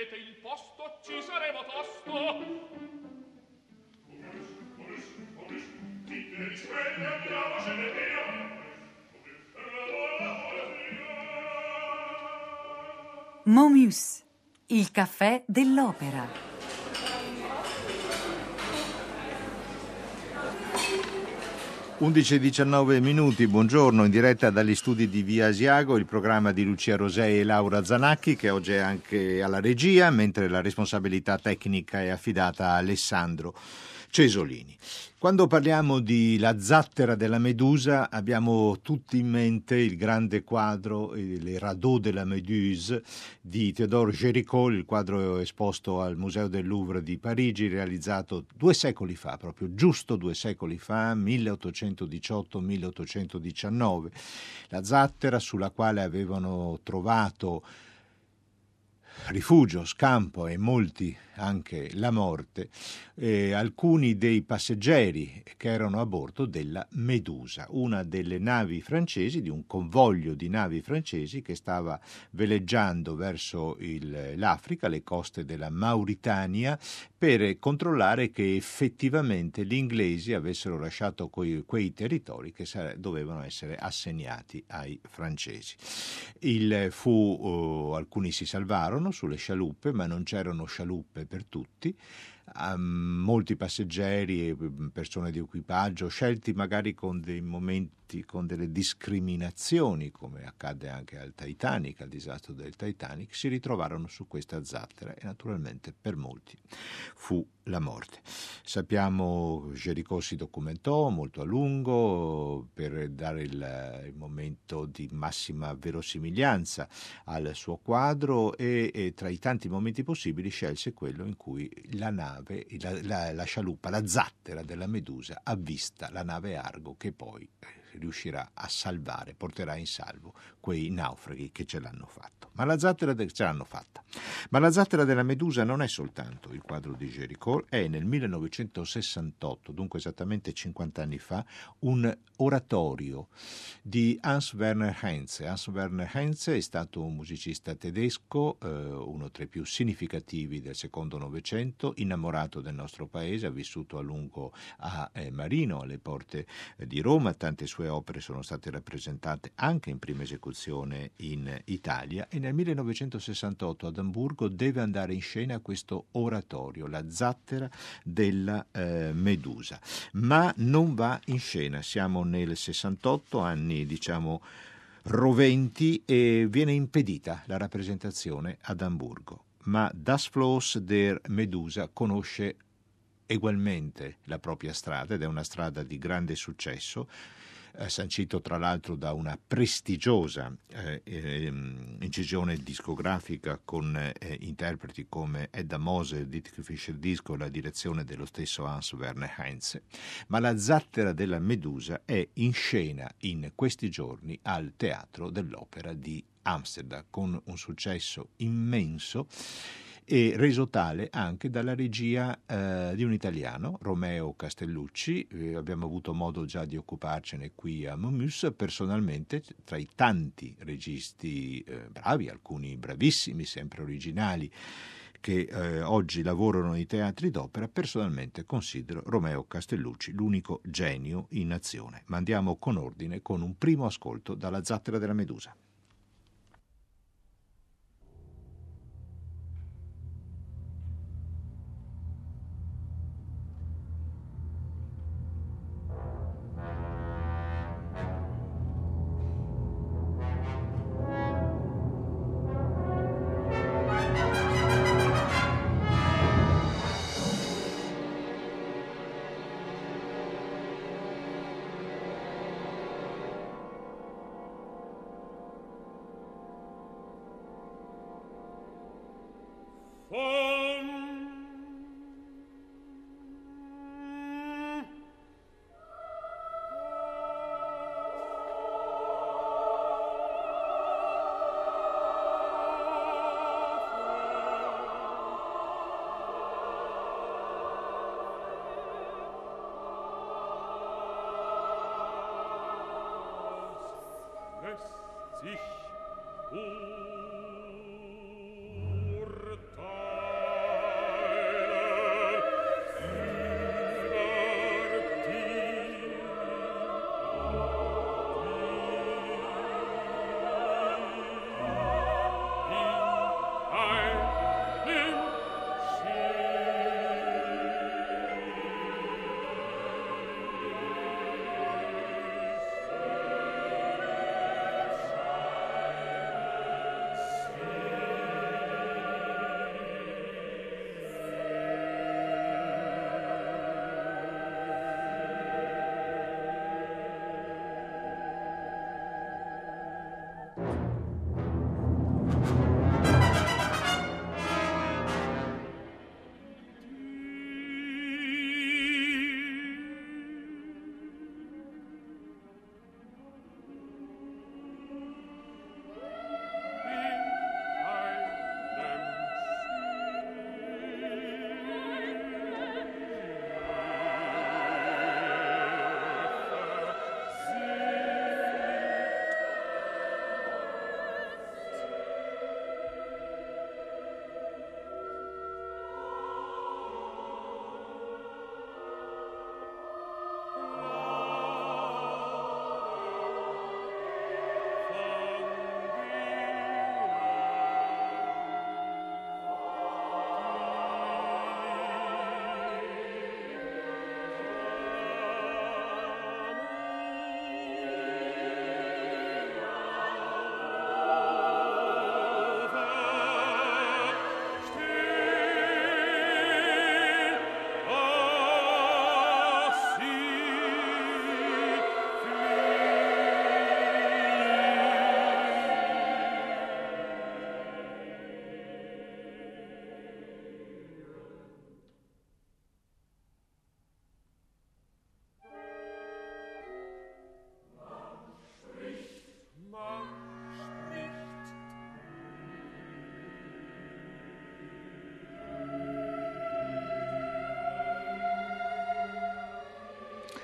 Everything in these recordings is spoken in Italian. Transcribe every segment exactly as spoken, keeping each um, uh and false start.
cedete il posto, ci saremo tosto. Momus, il caffè dell'opera. undici e diciannove minuti, buongiorno, in diretta dagli studi di Via Asiago, il programma di Lucia Rosei e Laura Zanacchi, che oggi è anche alla regia, mentre la responsabilità tecnica è affidata a Alessandro Cesolini. Quando parliamo di La zattera della Medusa abbiamo tutti in mente il grande quadro Les radeaux de la Méduse di Théodore Géricault, il quadro esposto al Museo del Louvre di Parigi, realizzato due secoli fa, proprio giusto due secoli fa, milleottocentodiciotto milleottocentodiciannove. La zattera sulla quale avevano trovato rifugio, scampo e molti anche la morte, eh, alcuni dei passeggeri che erano a bordo della Medusa, una delle navi francesi, di un convoglio di navi francesi che stava veleggiando verso il, l'Africa, le coste della Mauritania, per controllare che effettivamente gli inglesi avessero lasciato quei, quei territori che sare, dovevano essere assegnati ai francesi. Il fu, uh, alcuni si salvarono sulle scialuppe, ma non c'erano scialuppe per tutti. Um, molti passeggeri e persone di equipaggio, scelti magari con dei momenti, con delle discriminazioni, come accadde anche al Titanic, al disastro del Titanic, si ritrovarono su questa zattera e naturalmente per molti fu la morte. Sappiamo che Géricault si documentò molto a lungo per dare il, il momento di massima verosimiglianza al suo quadro e, e tra i tanti momenti possibili scelse quello in cui la nave, la, la, la scialuppa, la zattera della Medusa avvista la nave Argo che poi riuscirà a salvare, porterà in salvo quei naufraghi che ce l'hanno fatto. Ma la zattera de- ce l'hanno fatta. Ma la zattera della Medusa non è soltanto il quadro di Géricault, è nel millenovecentosessantotto, dunque esattamente cinquanta anni fa, un oratorio di Hans Werner Henze. Hans Werner Henze è stato un musicista tedesco, eh, uno tra i più significativi del secondo Novecento, innamorato del nostro paese, ha vissuto a lungo a eh, Marino, alle porte eh, di Roma, tante sue opere sono state rappresentate anche in prima esecuzione in Italia e nel millenovecentosessantotto ad Amburgo deve andare in scena questo oratorio, La zattera della eh, Medusa, ma non va in scena, siamo nel sessantotto, anni diciamo roventi, e viene impedita la rappresentazione ad Amburgo, ma Das Floß der Medusa conosce egualmente la propria strada ed è una strada di grande successo, eh, sancito tra l'altro da una prestigiosa eh, eh, incisione discografica con eh, interpreti come Edda Moser, Dietrich Fischer-Disch, la direzione dello stesso Hans Werner Henze. Ma la zattera della Medusa è in scena in questi giorni al Teatro dell'Opera di Amsterdam con un successo immenso e reso tale anche dalla regia eh, di un italiano, Romeo Castellucci. Eh, abbiamo avuto modo già di occuparcene qui a Momus. Personalmente, tra i tanti registi eh, bravi, alcuni bravissimi, sempre originali, che eh, oggi lavorano nei teatri d'opera, personalmente considero Romeo Castellucci l'unico genio in azione. Ma andiamo con ordine con un primo ascolto dalla Zattera della Medusa. Sich urteil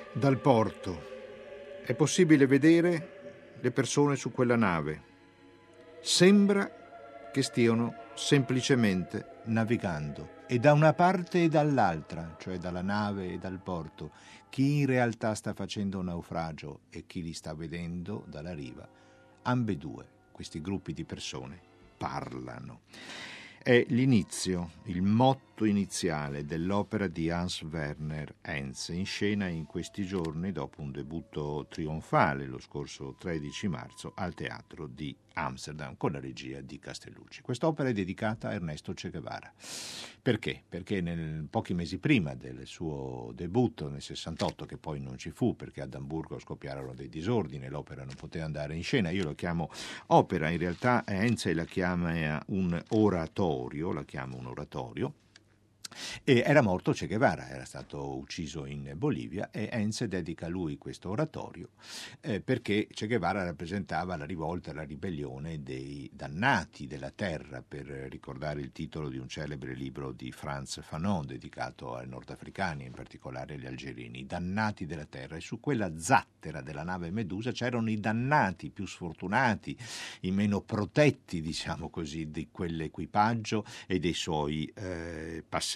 Dal porto è possibile vedere le persone su quella nave. Sembra che stiano semplicemente navigando, e da una parte e dall'altra, cioè dalla nave e dal porto, chi in realtà sta facendo un naufragio e chi li sta vedendo dalla riva, ambedue questi gruppi di persone parlano. È l'inizio, il motto iniziale dell'opera di Hans Werner Henze, in scena in questi giorni dopo un debutto trionfale lo scorso tredici marzo al Teatro di Amsterdam con la regia di Castellucci. Quest'opera è dedicata a Ernesto Che Guevara. Perché? Perché nel, pochi mesi prima del suo debutto nel sessantotto, che poi non ci fu perché ad Amburgo scoppiarono dei disordini e l'opera non poteva andare in scena, io lo chiamo opera, in realtà Henze la chiama un oratorio, la chiama un oratorio, e era morto Che Guevara, era stato ucciso in Bolivia e Henze dedica a lui questo oratorio eh, perché Che Guevara rappresentava la rivolta e la ribellione dei dannati della terra, per ricordare il titolo di un celebre libro di Frantz Fanon dedicato ai nordafricani, in particolare agli algerini, i dannati della terra. E su quella zattera della nave Medusa c'erano i dannati più sfortunati, i meno protetti, diciamo così, di quell'equipaggio e dei suoi eh, passeggeri.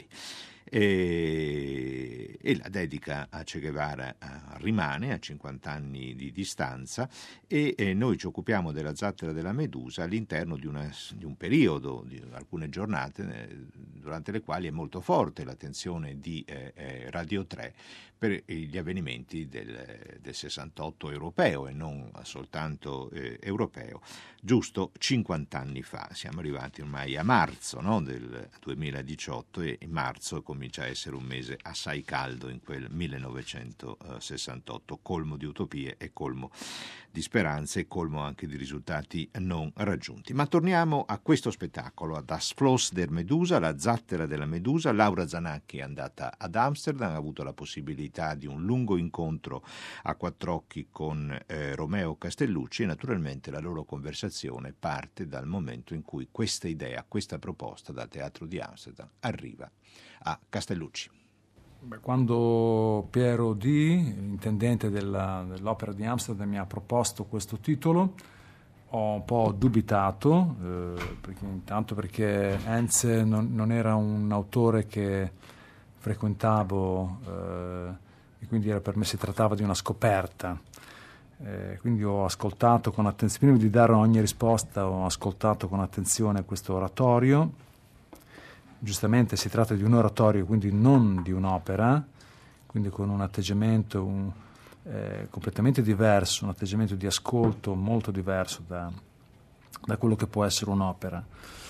E, e la dedica a Che Guevara eh, rimane a cinquanta anni di distanza e eh, noi ci occupiamo della zattera della Medusa all'interno di, una, di un periodo, di alcune giornate eh, durante le quali è molto forte l'attenzione di eh, eh, Radio tre per gli avvenimenti del, del sessantotto europeo e non soltanto eh, europeo, giusto cinquanta anni fa. Siamo arrivati ormai a marzo, no, del duemiladiciotto, e marzo comincia a essere un mese assai caldo in quel millenovecentosessantotto, colmo di utopie e colmo di speranze e colmo anche di risultati non raggiunti. Ma torniamo a questo spettacolo, a Das Floss der Medusa, la zattera della Medusa. Laura Zanacchi è andata ad Amsterdam, ha avuto la possibilità di un lungo incontro a quattro occhi con eh, Romeo Castellucci, e naturalmente la loro conversazione parte dal momento in cui questa idea, questa proposta dal Teatro di Amsterdam arriva a Castellucci. Beh, quando Piero Di, intendente della, dell'Opera di Amsterdam, mi ha proposto questo titolo, ho un po' dubitato, eh, perché, intanto perché Henze non, non era un autore che frequentavo eh, e quindi era, per me si trattava di una scoperta. Eh, quindi ho ascoltato con attenzione, prima di dare ogni risposta ho ascoltato con attenzione questo oratorio. Giustamente si tratta di un oratorio, quindi non di un'opera, quindi con un atteggiamento un, eh, completamente diverso, un atteggiamento di ascolto molto diverso da, da quello che può essere un'opera.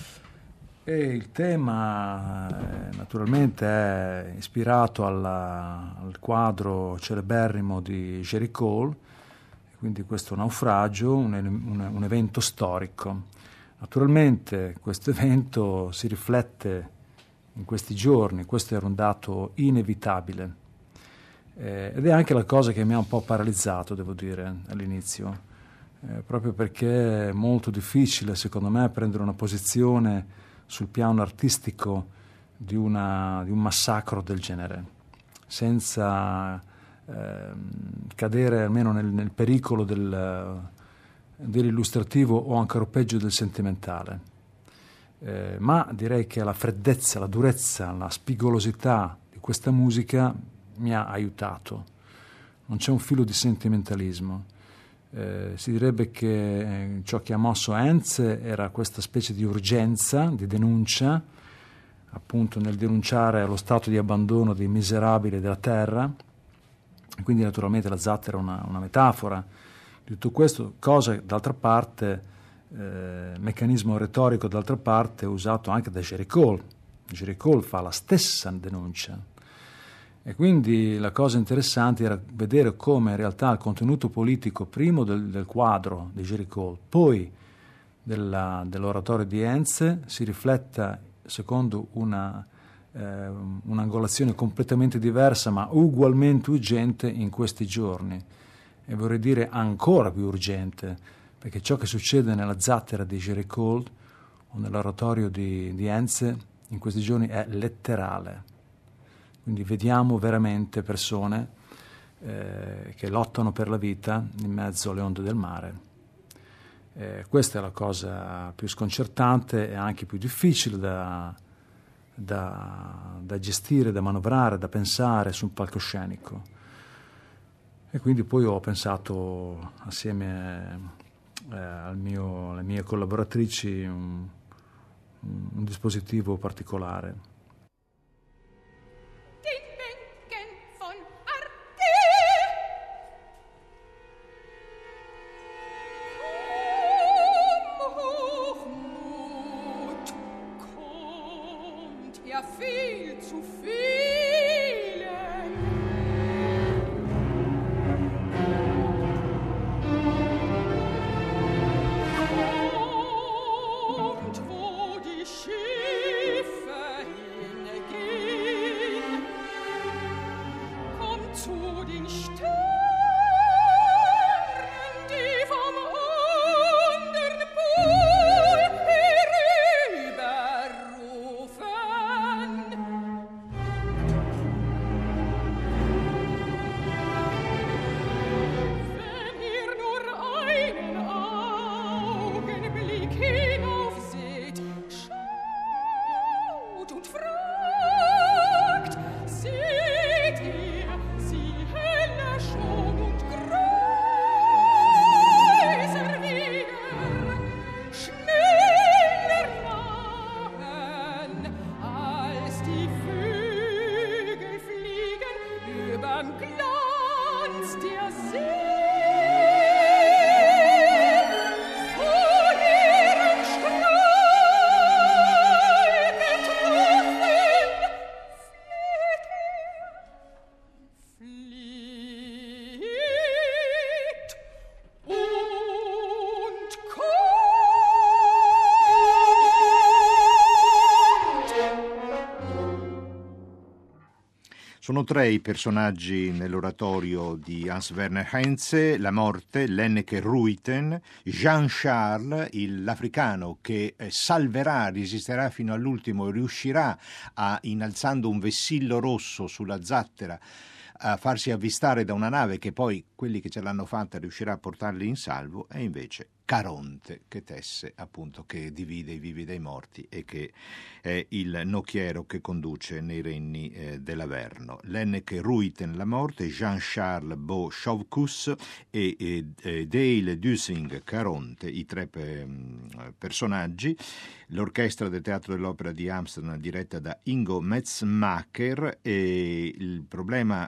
E il tema eh, naturalmente è ispirato alla, al quadro celeberrimo di Géricault, quindi questo naufragio, un, un, un evento storico. Naturalmente questo evento si riflette in questi giorni, questo era un dato inevitabile eh, ed è anche la cosa che mi ha un po' paralizzato, devo dire, all'inizio, eh, proprio perché è molto difficile, secondo me, prendere una posizione sul piano artistico di, una, di un massacro del genere, senza eh, cadere almeno nel, nel pericolo del, dell'illustrativo o ancora peggio del sentimentale. Eh, ma direi che la freddezza, la durezza, la spigolosità di questa musica mi ha aiutato. Non c'è un filo di sentimentalismo. Eh, si direbbe che eh, ciò che ha mosso Henze era questa specie di urgenza, di denuncia, appunto nel denunciare lo stato di abbandono dei miserabili della terra. Quindi naturalmente la zattera è una, una metafora di tutto questo, cosa d'altra parte Eh, meccanismo retorico d'altra parte usato anche da Géricault. Géricault fa la stessa denuncia e quindi la cosa interessante era vedere come in realtà il contenuto politico primo del, del quadro di Géricault, poi della, dell'oratorio di Henze si rifletta secondo una eh, un'angolazione completamente diversa ma ugualmente urgente in questi giorni, e vorrei dire ancora più urgente, perché ciò che succede nella zattera di Géricault o nell'oratorio di, di Henze in questi giorni è letterale. Quindi vediamo veramente persone eh, che lottano per la vita in mezzo alle onde del mare. Eh, questa è la cosa più sconcertante e anche più difficile da, da, da gestire, da manovrare, da pensare su un palcoscenico. E quindi poi ho pensato assieme eh, al mio, alle mie collaboratrici un, un dispositivo particolare. Sono tre i personaggi nell'oratorio di Hans Werner Henze: la morte, l'Enneke Ruiten, Jean Charles, il, l'africano che eh, salverà, resisterà fino all'ultimo e riuscirà a, innalzando un vessillo rosso sulla zattera, a farsi avvistare da una nave che poi quelli che ce l'hanno fatta riuscirà a portarli in salvo, e invece Caronte, che tesse appunto, che divide i vivi dai morti e che è il nocchiero che conduce nei regni eh, dell'Averno. L'Enneke Ruiten, la morte, Jean-Charles Beau Chaucus e, e, e Dale Dusing Caronte, i tre pe, personaggi. L'orchestra del Teatro dell'Opera di Amsterdam diretta da Ingo Metzmacher, e il problema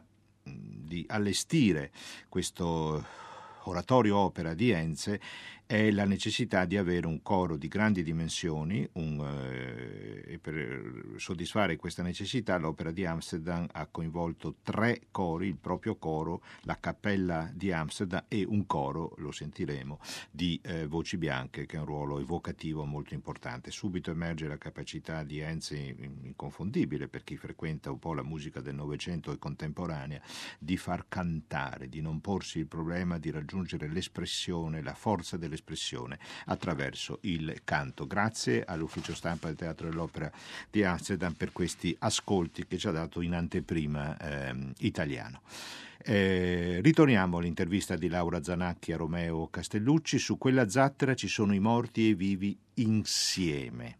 di allestire questo oratorio opera di Henze è la necessità di avere un coro di grandi dimensioni, un, eh, e per soddisfare questa necessità l'Opera di Amsterdam ha coinvolto tre cori, il proprio coro, la Cappella di Amsterdam e un coro, lo sentiremo, di eh, voci bianche, che è un ruolo evocativo molto importante. Subito emerge la capacità di Henze, inconfondibile per chi frequenta un po' la musica del Novecento e contemporanea, di far cantare, di non porsi il problema di raggiungere l'espressione, la forza dell'espressione attraverso il canto. Grazie all'ufficio stampa del Teatro dell'Opera di Amsterdam per questi ascolti che ci ha dato in anteprima ehm, italiano. Eh, ritorniamo all'intervista di Laura Zanacchi a Romeo Castellucci. Su quella zattera ci sono i morti e i vivi insieme.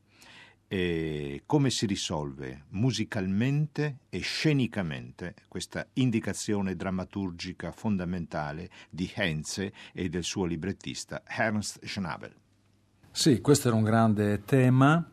E come si risolve musicalmente e scenicamente questa indicazione drammaturgica fondamentale di Henze e del suo librettista Ernst Schnabel? Sì, questo era un grande tema,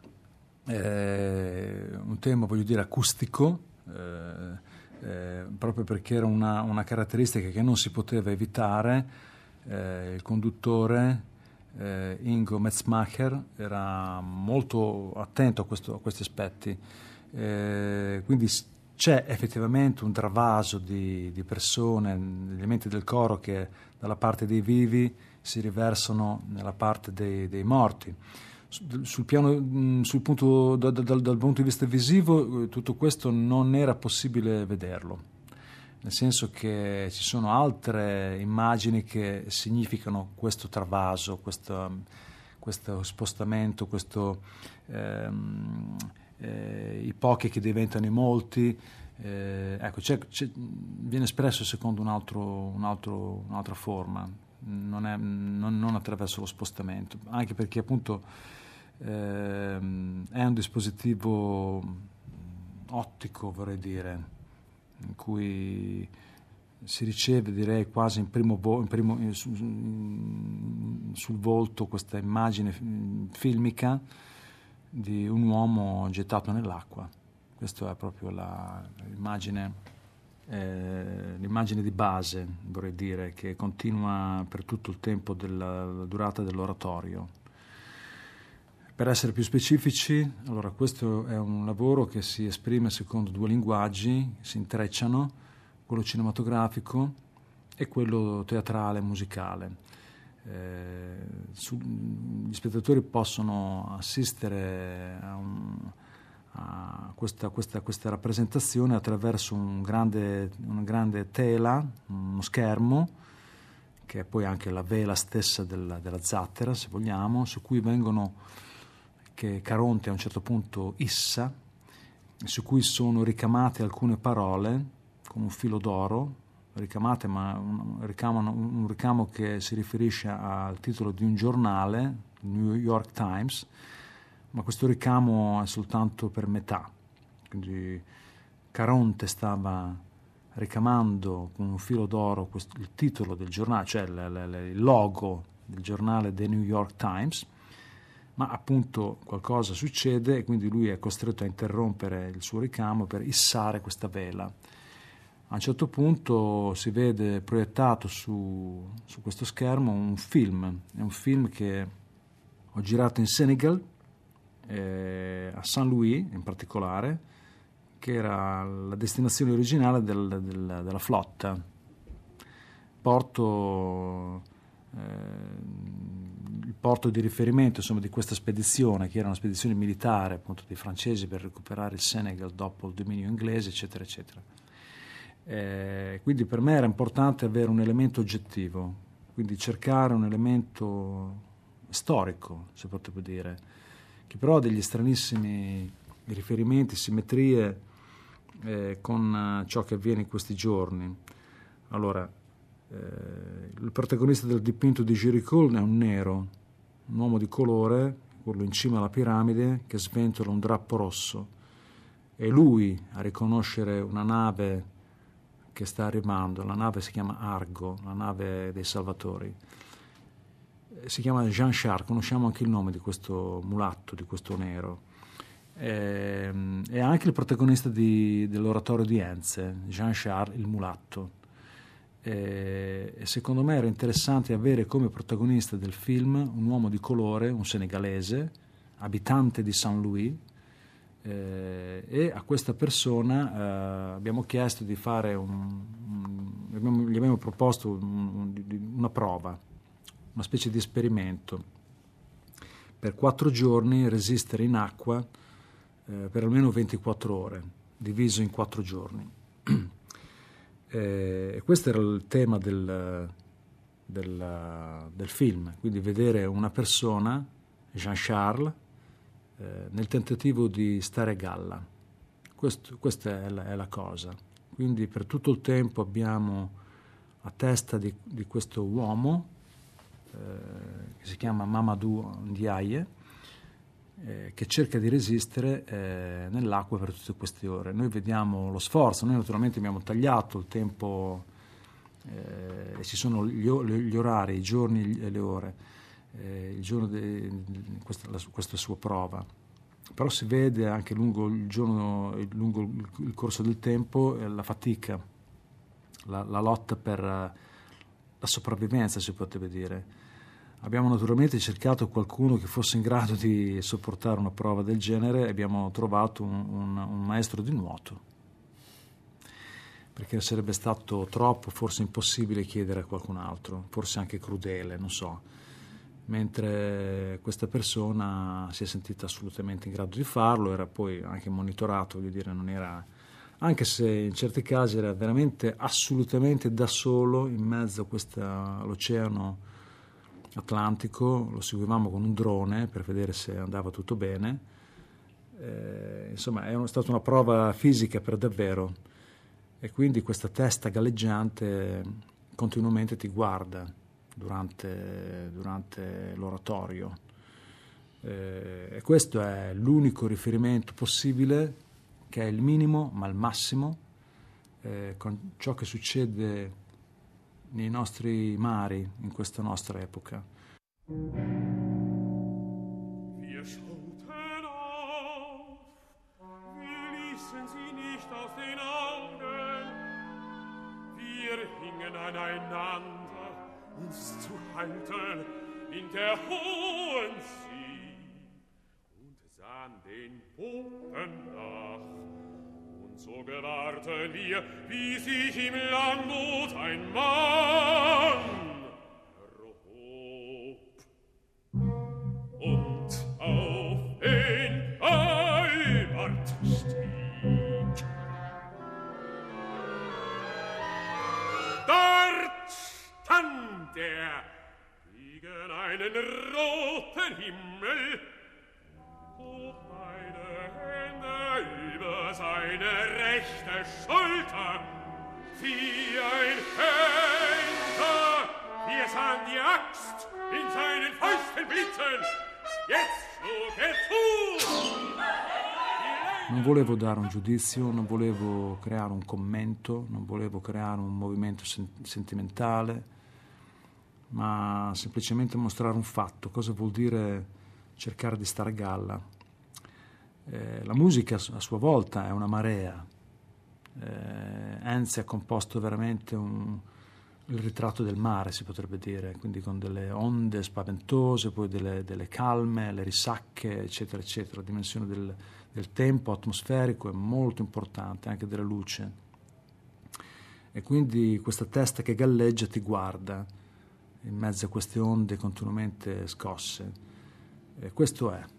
eh, un tema, voglio dire, acustico, eh, eh, proprio perché era una, una caratteristica che non si poteva evitare. Eh, il conduttore Eh, Ingo Metzmacher era molto attento a, questo, a questi aspetti, eh, quindi c'è effettivamente un travaso di, di persone, gli elementi del coro che dalla parte dei vivi si riversano nella parte dei, dei morti. Sul piano, sul punto, da, da, dal punto di vista visivo, tutto questo non era possibile vederlo, nel senso che ci sono altre immagini che significano questo travaso, questo, questo spostamento, questo, ehm, eh, i pochi che diventano i molti, Eh, ecco, c'è, c'è, viene espresso secondo un altro, un altro, un'altra forma, non, è, non, non attraverso lo spostamento, anche perché appunto ehm, è un dispositivo ottico, vorrei dire, in cui si riceve, direi quasi in primo, vo- in primo in, su, in, sul volto questa immagine filmica di un uomo gettato nell'acqua. Questa è proprio la, l'immagine, eh, l'immagine di base, vorrei dire, che continua per tutto il tempo della durata dell'oratorio. Per essere più specifici, allora questo è un lavoro che si esprime secondo due linguaggi, si intrecciano, quello cinematografico e quello teatrale, musicale. Eh, su, gli spettatori possono assistere a, un, a questa, questa, questa rappresentazione attraverso un grande, una grande tela, uno schermo, che è poi anche la vela stessa della, della zattera, se vogliamo, su cui vengono, che Caronte a un certo punto issa, su cui sono ricamate alcune parole con un filo d'oro, ricamate, ma un, ricamano, un ricamo che si riferisce al titolo di un giornale, il New York Times, ma questo ricamo è soltanto per metà. Quindi Caronte stava ricamando con un filo d'oro questo, il titolo del giornale, cioè l, l, il logo del giornale The New York Times, ma appunto qualcosa succede e quindi lui è costretto a interrompere il suo ricamo per issare questa vela. A un certo punto si vede proiettato su, su questo schermo un film, è un film che ho girato in Senegal, eh, a Saint Louis in particolare, che era la destinazione originale del, del, della flotta, porto, eh, il porto di riferimento insomma, di questa spedizione, che era una spedizione militare appunto dei francesi per recuperare il Senegal dopo il dominio inglese, eccetera, eccetera. Eh, quindi per me era importante avere un elemento oggettivo, quindi cercare un elemento storico, si potrebbe dire, che però ha degli stranissimi riferimenti, simmetrie eh, con ciò che avviene in questi giorni. Allora, eh, il protagonista del dipinto di Géricault è un nero, un uomo di colore, quello in cima alla piramide, che sventola un drappo rosso. È lui a riconoscere una nave che sta arrivando, la nave si chiama Argo, la nave dei salvatori. Si chiama Jean Char, conosciamo anche il nome di questo mulatto, di questo nero. È, è anche il protagonista di, dell'oratorio di Enze, Jean Char, il mulatto. E, e secondo me era interessante avere come protagonista del film un uomo di colore, un senegalese, abitante di Saint Louis, Eh, e a questa persona eh, abbiamo chiesto di fare un, un abbiamo, gli abbiamo proposto un, un, una prova, una specie di esperimento per quattro giorni resistere in acqua eh, per almeno ventiquattro ore, diviso in quattro giorni. eh, e questo era il tema del, del, del film, quindi vedere una persona, Jean Charles, nel tentativo di stare a galla. Questo, questa è la, è la cosa. Quindi per tutto il tempo abbiamo a testa di, di questo uomo eh, che si chiama Mamadou Ndiaye, eh, che cerca di resistere eh, nell'acqua per tutte queste ore. Noi vediamo lo sforzo, noi naturalmente abbiamo tagliato il tempo eh, e ci sono gli, gli orari, i giorni e le ore. Eh, il giorno di questa, la, questa sua prova, però si vede anche lungo il giorno, lungo il, il corso del tempo eh, la fatica, la, la lotta per uh, la sopravvivenza, si potrebbe dire. Abbiamo naturalmente cercato qualcuno che fosse in grado di sopportare una prova del genere e abbiamo trovato un, un, un maestro di nuoto, perché sarebbe stato troppo, forse impossibile chiedere a qualcun altro, forse anche crudele, non so. Mentre questa persona si è sentita assolutamente in grado di farlo, era poi anche monitorato, voglio dire, non era, anche se in certi casi era veramente assolutamente da solo in mezzo a questa, all'oceano Atlantico, lo seguivamo con un drone per vedere se andava tutto bene. Eh, insomma, è stata una prova fisica per davvero. E quindi questa testa galleggiante continuamente ti guarda durante, durante l'oratorio. Eh, e questo è l'unico riferimento possibile, che è il minimo ma il massimo, eh, con ciò che succede nei nostri mari in questa nostra epoca. Wir schauten auf, wir ließen sie nicht aus den Augen, wir hingen aneinander, uns zu halten in der hohen See, und sahen den Boden nach. So gewahrten wir, wie sich im Langmut ein Mann erhob und auf den Albert stieg. Dort stand er gegen einen roten Himmel, hoch beide Hände über seine rechte Schulter, wie ein Henker. Wir sahen die Axt in seinen Fäusten blitzen. Jetzt schlug er zu. Non volevo dare un giudizio, non volevo creare un commento, non volevo creare un movimento sen- sentimentale, ma semplicemente mostrare un fatto. Cosa vuol dire cercare di stare a galla? Eh, la musica a sua volta è una marea. Eh, Enzi ha composto veramente un, il ritratto del mare, si potrebbe dire, quindi con delle onde spaventose, poi delle, delle calme, le risacche, eccetera, eccetera. La dimensione del, del tempo atmosferico è molto importante, anche della luce. E quindi questa testa che galleggia ti guarda in mezzo a queste onde continuamente scosse. E questo è.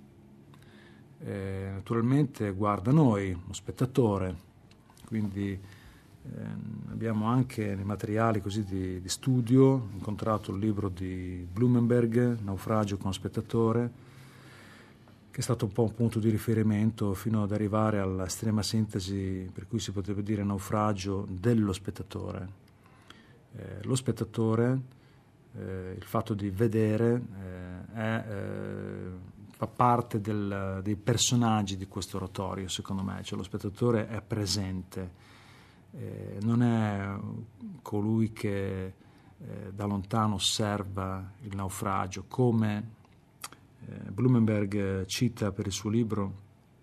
Eh, naturalmente guarda noi, lo spettatore, quindi eh, abbiamo anche nei materiali così di, di studio incontrato il libro di Blumenberg, Naufragio con spettatore, che è stato un po' un punto di riferimento fino ad arrivare all'estrema sintesi per cui si potrebbe dire naufragio dello spettatore. Eh, lo spettatore, eh, il fatto di vedere, eh, è... Eh, fa parte del, dei personaggi di questo oratorio, secondo me, cioè lo spettatore è presente, eh, non è colui che eh, da lontano osserva il naufragio, come eh, Blumenberg cita per il suo libro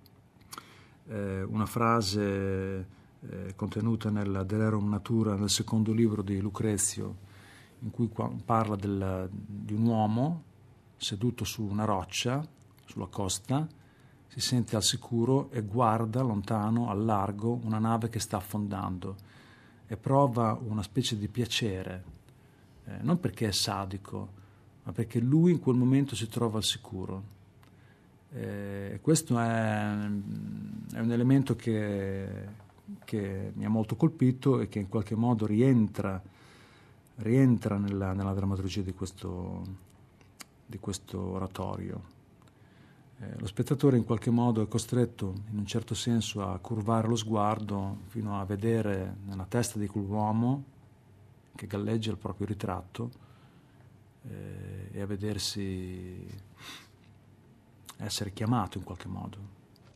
eh, una frase eh, contenuta nella De Rerum Natura, nel secondo libro di Lucrezio, in cui parla del, di un uomo seduto su una roccia sulla costa, si sente al sicuro e guarda lontano, al largo, una nave che sta affondando e prova una specie di piacere, eh, non perché è sadico, ma perché lui in quel momento si trova al sicuro. E questo è, è un elemento che, che mi ha molto colpito e che in qualche modo rientra, rientra nella, nella drammaturgia di questo, di questo oratorio. Eh, lo spettatore in qualche modo è costretto in un certo senso a curvare lo sguardo fino a vedere nella testa di quell'uomo che galleggia il proprio ritratto eh, e a vedersi essere chiamato in qualche modo.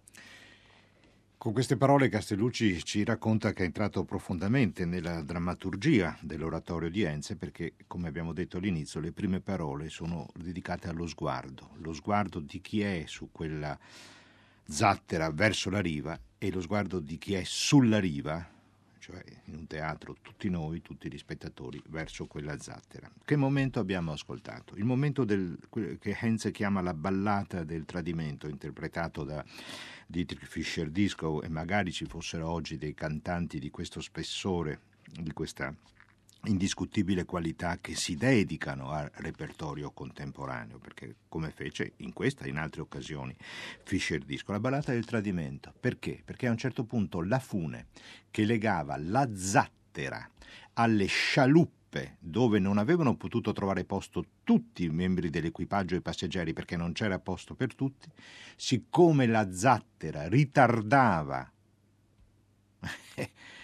Con queste parole Castellucci ci racconta che è entrato profondamente nella drammaturgia dell'oratorio di Enze, perché, come abbiamo detto all'inizio, le prime parole sono dedicate allo sguardo, lo sguardo di chi è su quella zattera verso la riva e lo sguardo di chi è sulla riva, cioè in un teatro tutti noi, tutti gli spettatori, verso quella zattera. Che momento abbiamo ascoltato? Il momento del, che Enze chiama la ballata del tradimento, interpretato da Dietrich Fischer-Dieskau, e magari ci fossero oggi dei cantanti di questo spessore, di questa indiscutibile qualità, che si dedicano al repertorio contemporaneo, perché come fece in questa e in altre occasioni Fischer-Dieskau. La ballata del tradimento. Perché? Perché a un certo punto la fune che legava la zattera alle scialuppe, dove non avevano potuto trovare posto tutti i membri dell'equipaggio e i passeggeri perché non c'era posto per tutti, siccome la zattera ritardava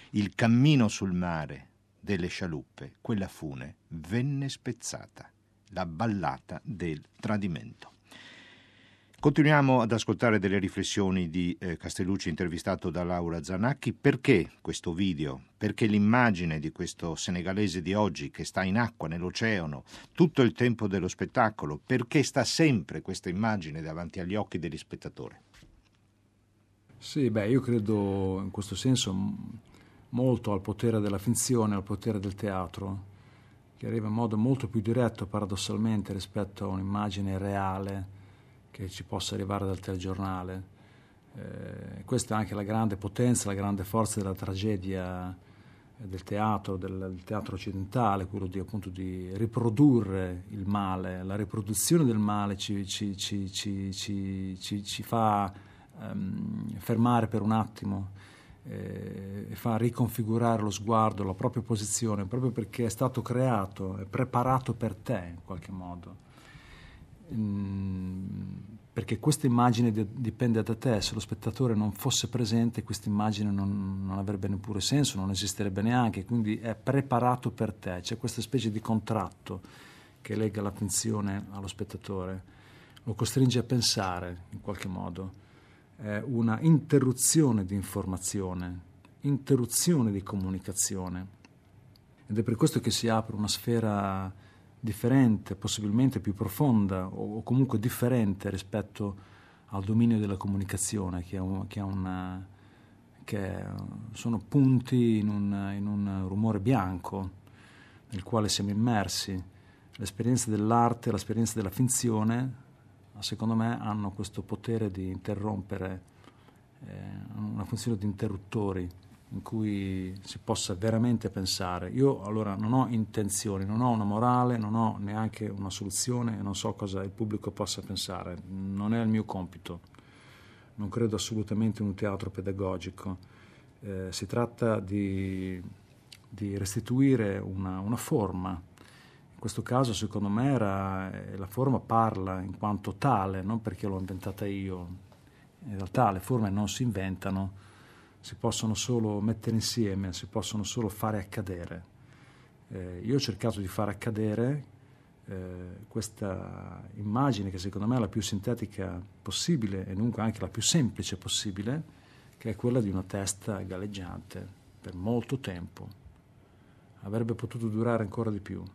il cammino sul mare delle scialuppe, quella fune venne spezzata, la ballata del tradimento. Continuiamo ad ascoltare delle riflessioni di eh, Castellucci, intervistato da Laura Zanacchi. Perché questo video? Perché l'immagine di questo senegalese di oggi che sta in acqua, nell'oceano, tutto il tempo dello spettacolo? Perché sta sempre questa immagine davanti agli occhi degli spettatori? Sì, beh, io credo in questo senso molto al potere della finzione, al potere del teatro, che arriva in modo molto più diretto, paradossalmente, rispetto a un'immagine reale che ci possa arrivare dal telegiornale. Eh, questa è anche la grande potenza, la grande forza della tragedia del teatro, del, del teatro occidentale, quello di, appunto, di riprodurre il male. La riproduzione del male ci, ci, ci, ci, ci, ci, ci fa um, fermare per un attimo eh, e fa riconfigurare lo sguardo, la propria posizione, proprio perché è stato creato, è preparato per te in qualche modo. Perché questa immagine di, dipende da te. Se lo spettatore non fosse presente, questa immagine non, non avrebbe neppure senso, non esisterebbe neanche, quindi è preparato per te. C'è questa specie di contratto che lega l'attenzione allo spettatore, lo costringe a pensare in qualche modo. È una interruzione di informazione, interruzione di comunicazione, ed è per questo che si apre una sfera differente, possibilmente più profonda o comunque differente rispetto al dominio della comunicazione, che, è un, che, è una, che sono punti in un, in un rumore bianco nel quale siamo immersi. L'esperienza dell'arte, l'esperienza della finzione, secondo me, hanno questo potere di interrompere, eh, una funzione di interruttori in cui si possa veramente pensare. Io allora non ho intenzioni, non ho una morale, non ho neanche una soluzione e non so cosa il pubblico possa pensare. Non è il mio compito. Non credo assolutamente in un teatro pedagogico. Eh, si tratta di, di restituire una, una forma. In questo caso, secondo me, era, la forma parla in quanto tale, non perché l'ho inventata io. In realtà le forme non si inventano, si possono solo mettere insieme, si possono solo fare accadere. Eh, io ho cercato di fare accadere eh, questa immagine, che secondo me è la più sintetica possibile e dunque anche la più semplice possibile, che è quella di una testa galleggiante per molto tempo. Avrebbe potuto durare ancora di più.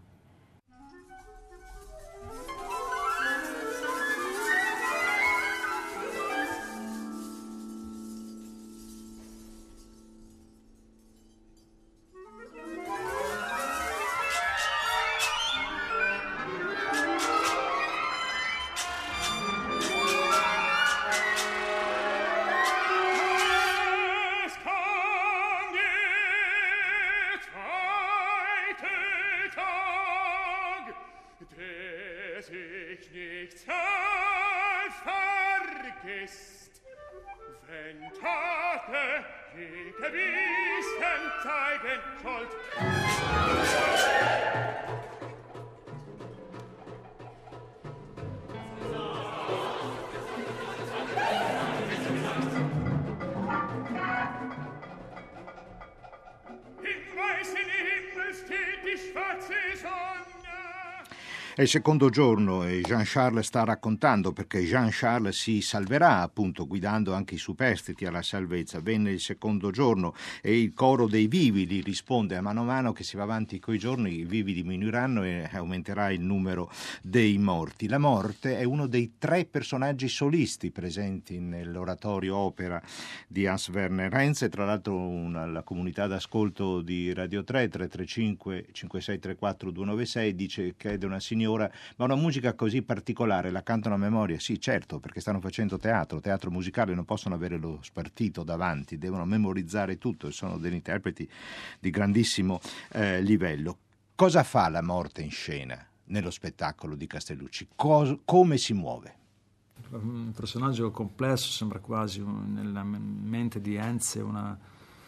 È il secondo giorno e Jean-Charles sta raccontando, perché Jean-Charles si salverà appunto guidando anche i superstiti alla salvezza. Venne il secondo giorno e il coro dei vivi gli risponde: a mano a mano che si va avanti coi giorni i vivi diminuiranno e aumenterà il numero dei morti. La morte è uno dei tre personaggi solisti presenti nell'oratorio opera di Hans Werner Henze. Tra l'altro una, la comunità d'ascolto di Radio tre, tre tre cinque cinque sei tre quattro due nove sei, dice che è una signora, ma una musica così particolare la cantano a memoria? Sì, certo, perché stanno facendo teatro, teatro musicale, non possono avere lo spartito davanti, devono memorizzare tutto e sono degli interpreti di grandissimo eh, livello. Cosa fa la morte in scena nello spettacolo di Castellucci? Cos- come si muove? Un personaggio complesso, sembra quasi un, nella mente di Henze una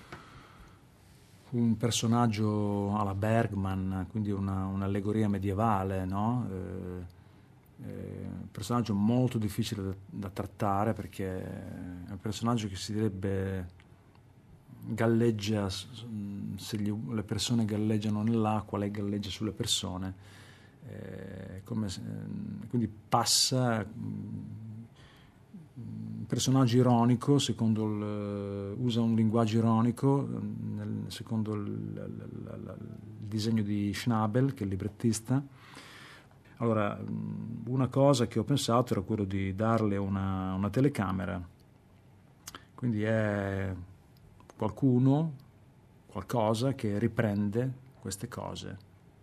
un personaggio alla Bergman, quindi una, un'allegoria medievale, no? Eh, eh, un personaggio molto difficile da, da trattare, perché è un personaggio che si direbbe galleggia, se gli, le persone galleggiano nell'acqua, lei galleggia sulle persone, eh, come se, quindi passa un personaggio ironico, secondo il, usa un linguaggio ironico, nel, secondo il, il, il disegno di Schnabel, che è il librettista. Allora, una cosa che ho pensato era quello di darle una, una telecamera, quindi è qualcuno, qualcosa che riprende queste cose,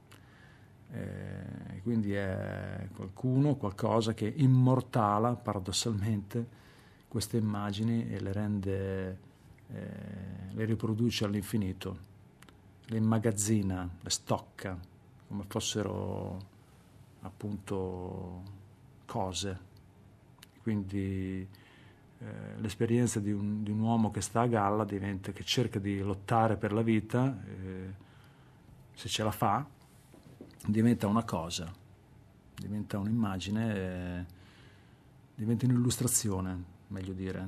eh, quindi è qualcuno, qualcosa che immortala paradossalmente queste immagini e le rende, eh, le riproduce all'infinito, le immagazzina, le stocca come fossero appunto cose. Quindi eh, l'esperienza di un, di un uomo che sta a galla diventa, che cerca di lottare per la vita, eh, se ce la fa diventa una cosa, diventa un'immagine, eh, diventa un'illustrazione, meglio dire.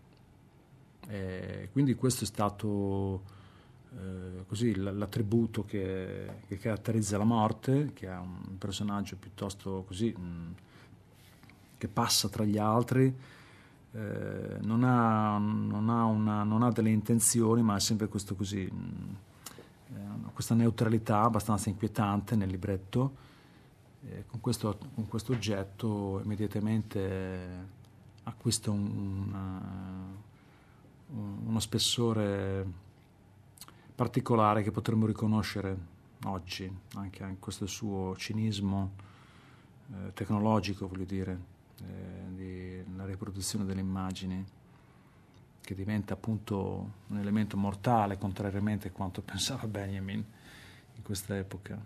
E quindi questo è stato Eh, così l'attributo che, che caratterizza la morte, che è un personaggio piuttosto così mh, che passa tra gli altri, eh, non ha, non ha, una, non ha delle intenzioni, ma ha sempre questo così mh, eh, questa neutralità abbastanza inquietante nel libretto. Eh, con, questo, con questo oggetto immediatamente acquista un, una, uno spessore particolare che potremmo riconoscere oggi, anche in questo suo cinismo eh, tecnologico, voglio dire, eh, di, la riproduzione delle immagini, che diventa appunto un elemento mortale, contrariamente a quanto pensava Benjamin in questa epoca.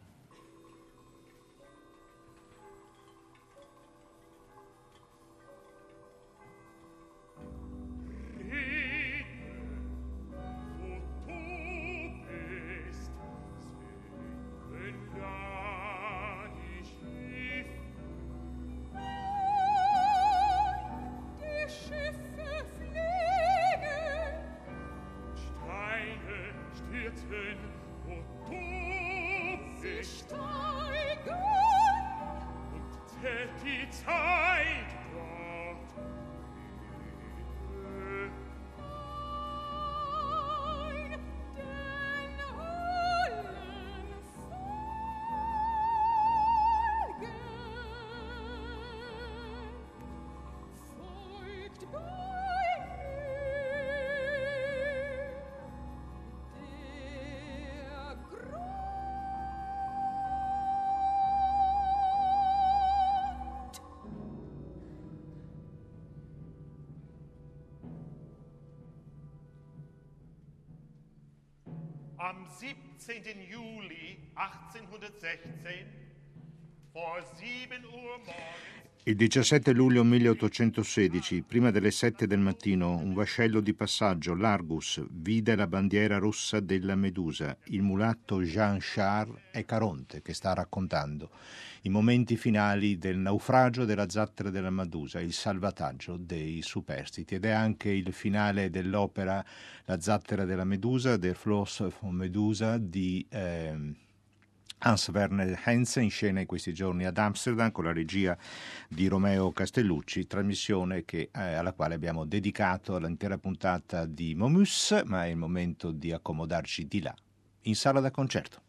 Am siebzehnten Juli achtzehnhundertsechzehn, vor sieben Uhr morgens. Il diciassette luglio milleottocentosedici, prima delle sette del mattino, un vascello di passaggio, l'Argus, vide la bandiera rossa della Medusa, il mulatto Jean Charles e Caronte che sta raccontando i momenti finali del naufragio della zattera della Medusa, il salvataggio dei superstiti, ed è anche il finale dell'opera La zattera della Medusa, Der Floss von Medusa di eh, Hans Werner Henze, in scena in questi giorni ad Amsterdam con la regia di Romeo Castellucci, trasmissione che, eh, alla quale abbiamo dedicato l'intera puntata di Momus, ma è il momento di accomodarci di là, in sala da concerto.